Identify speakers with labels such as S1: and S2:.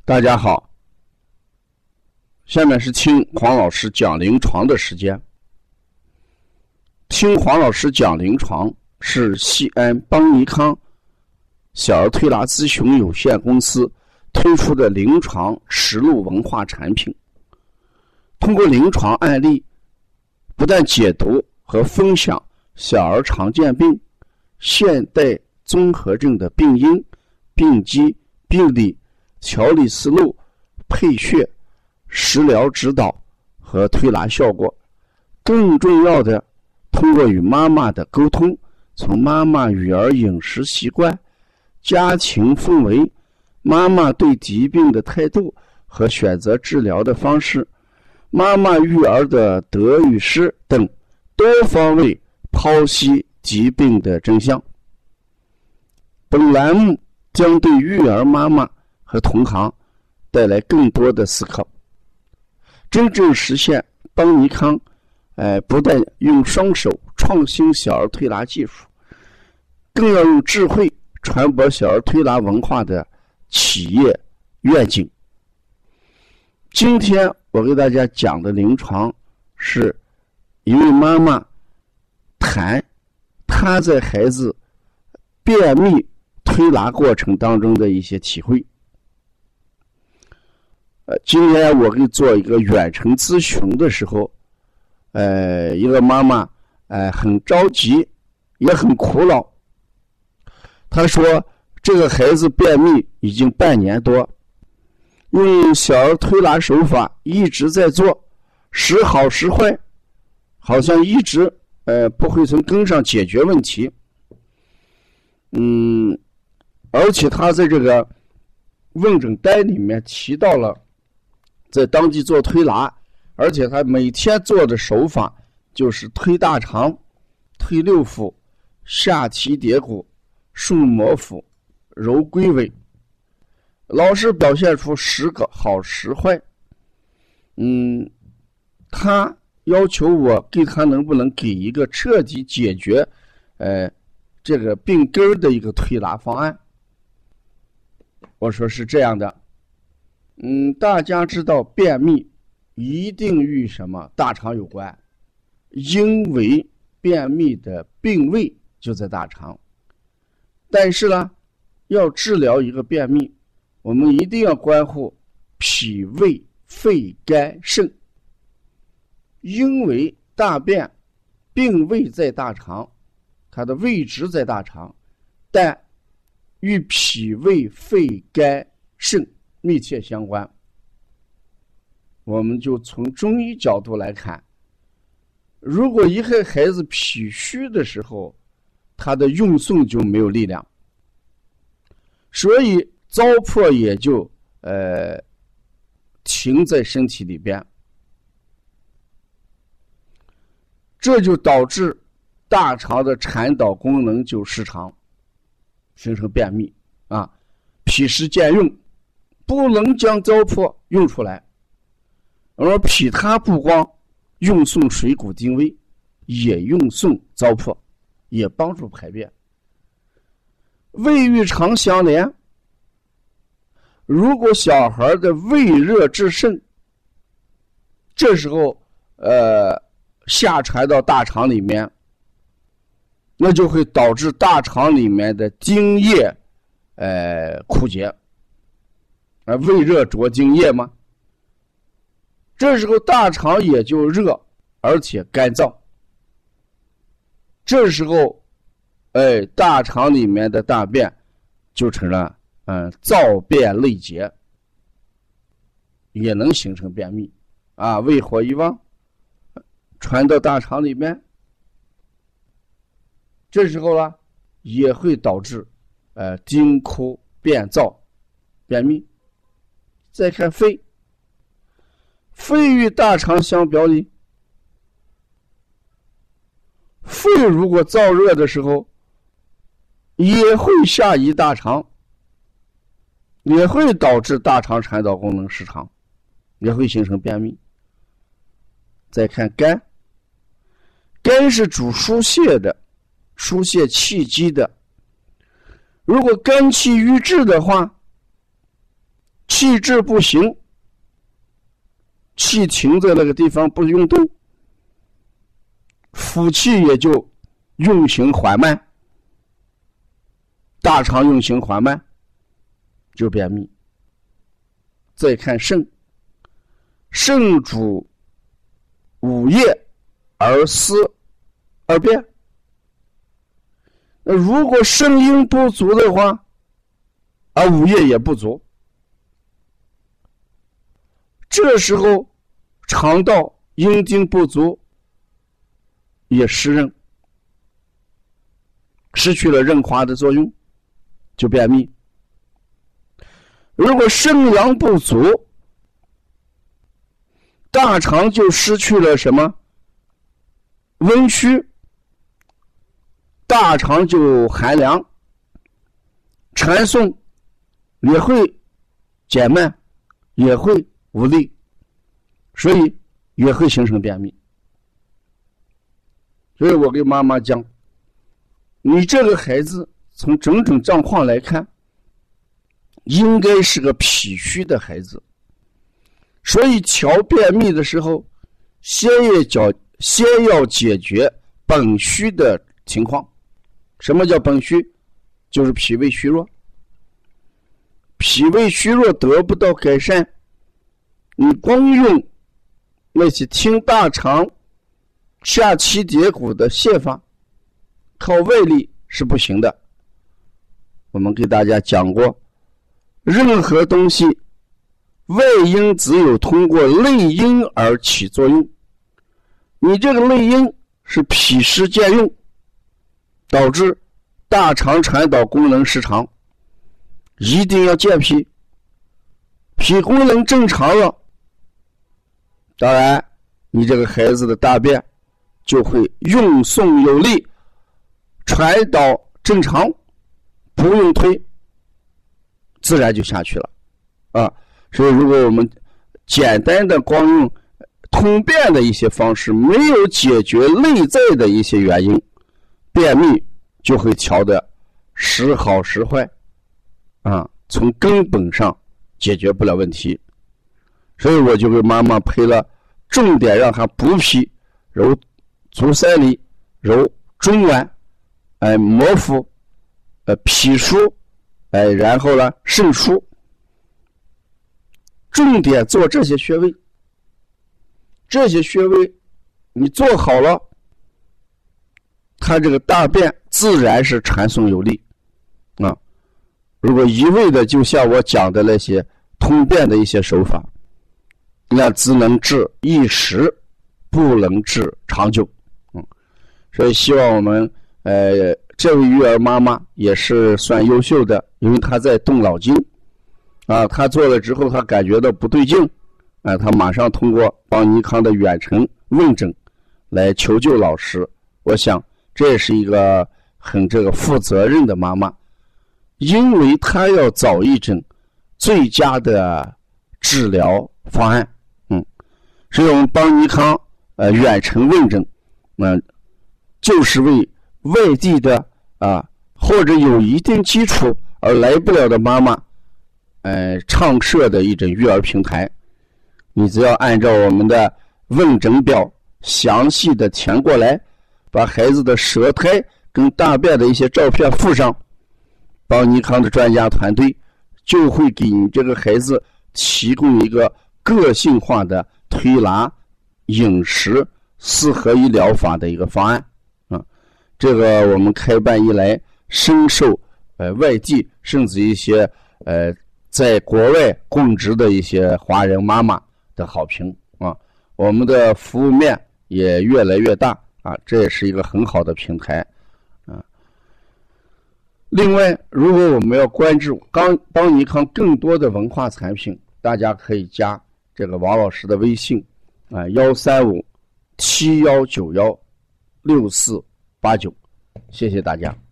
S1: 大家好，下面是听黄老师讲临床的时间。听黄老师讲临床是西安邦尼康小儿推拿咨询有限公司推出的临床实录文化产品，通过临床案例不但解读和分享小儿常见病、现代综合症的病因、病机、病理、调理思路、配穴、食疗指导和推拿效果，更重要的通过与妈妈的沟通，从妈妈育儿饮食习惯、家庭氛围、妈妈对疾病的态度和选择治疗的方式、妈妈育儿的得与失等多方位剖析疾病的真相。本栏目将对育儿妈妈和同行带来更多的思考，真正实现邦尼康不但用双手创新小儿推拿技术，更要用智慧传播小儿推拿文化的企业愿景。今天我给大家讲的临床是一位妈妈谈她在孩子便秘推拿过程当中的一些体会。今天我给做一个远程咨询的时候，一个妈妈很着急，也很苦恼。她说这个孩子便秘已经半年多，用小儿推拿手法一直在做，时好时坏，好像一直不会从根上解决问题。而且他在这个问诊单里面提到了在当地做推拿，而且他每天做的手法就是推大肠、推六腑、下提蝶骨、顺摩腹、揉龟尾，老是表现出时好时坏。他要求我给他能不能给一个彻底解决这个病根的一个推拿方案。我说是这样的，大家知道便秘一定与什么大肠有关，因为便秘的病位就在大肠。但是呢，要治疗一个便秘，我们一定要关乎脾胃肺肝肾，因为大便病位在大肠，它的位置在大肠，但与脾胃肺肝肾密切相关。我们就从中医角度来看，如果一个孩子脾虚的时候，他的运送就没有力量，所以糟粕也就停在身体里边，这就导致大肠的传导功能就失常，形成便秘脾湿兼用，不能将糟粕用出来。而脾它不光运送水谷精微，也运送糟粕，也帮助排便。胃与肠相连，如果小孩的胃热至盛，这时候下传到大肠里面，那就会导致大肠里面的津液枯竭，胃热灼津液嘛，这时候大肠也就热而且干燥，这时候大肠里面的大便就成了燥便内结，也能形成便秘胃火一旺传到大肠里面，这时候呢也会导致津枯便燥便秘。再看肺，肺与大肠相表里，肺如果燥热的时候也会下移大肠，也会导致大肠传导功能失常，也会形成便秘。再看肝，肝是主疏泄的，疏泄气机的，如果肝气郁滞的话， 气滞不行，气停在那个地方不运动，腹气也就运行缓慢，大肠运行缓慢，就便秘。再看肾，肾主五液而思而变。那如果肾阴不足的话，而五液也不足，这时候肠道阴经不足，也湿润，失去了润滑的作用，就便秘。如果肾阳不足，大肠就失去了什么？温煦，大肠就寒凉，传送也会减慢，也会无力，所以也会形成便秘。所以我给妈妈讲，你这个孩子从整种状况来看，应该是个脾虚的孩子，所以调便秘的时候，先要解决本虚的情况。什么叫本虚？就是脾胃虚弱。脾胃虚弱得不到改善，你光用那些听大肠下脐结骨的泻法，靠外力是不行的。我们给大家讲过，任何东西外因只有通过内因而起作用，你这个内因是脾湿兼用，导致大肠传导功能失常，一定要健脾，脾功能正常了，当然你这个孩子的大便就会运送有力，传导正常，不用推，自然就下去了啊。所以如果我们简单的光用通便的一些方式，没有解决内在的一些原因，便秘就会调的时好时坏啊，从根本上解决不了问题。所以我就给妈妈配了重点让她补脾，揉足三里，揉中脘，摩腹，脾腧，然后呢肾腧，重点做这些穴位。这些穴位你做好了，它这个大便自然是传送有力啊。如果一味的就像我讲的那些通便的一些手法，那只能治一时，不能治长久。所以希望我们这位育儿妈妈也是算优秀的，因为她在动脑筋啊，她做了之后她感觉到不对劲，她马上通过邦尼康的远程问诊来求救老师。我想这也是一个很负责任的妈妈，因为她要找一种最佳的治疗方案。所以我们邦尼康远程问诊就是为外地的或者有一定基础而来不了的妈妈创设的一种育儿平台。你只要按照我们的问诊表详细的填过来，把孩子的舌苔跟大便的一些照片附上，邦尼康的专家团队就会给你这个孩子提供一个个性化的推拿饮食4合1疗法的一个方案这个我们开办以来深受外地甚至一些在国外供职的一些华人妈妈的好评我们的服务面也越来越大这也是一个很好的平台另外，如果我们要关注邦尼康更多的文化产品，大家可以加这个王老师的微信13571916489，谢谢大家。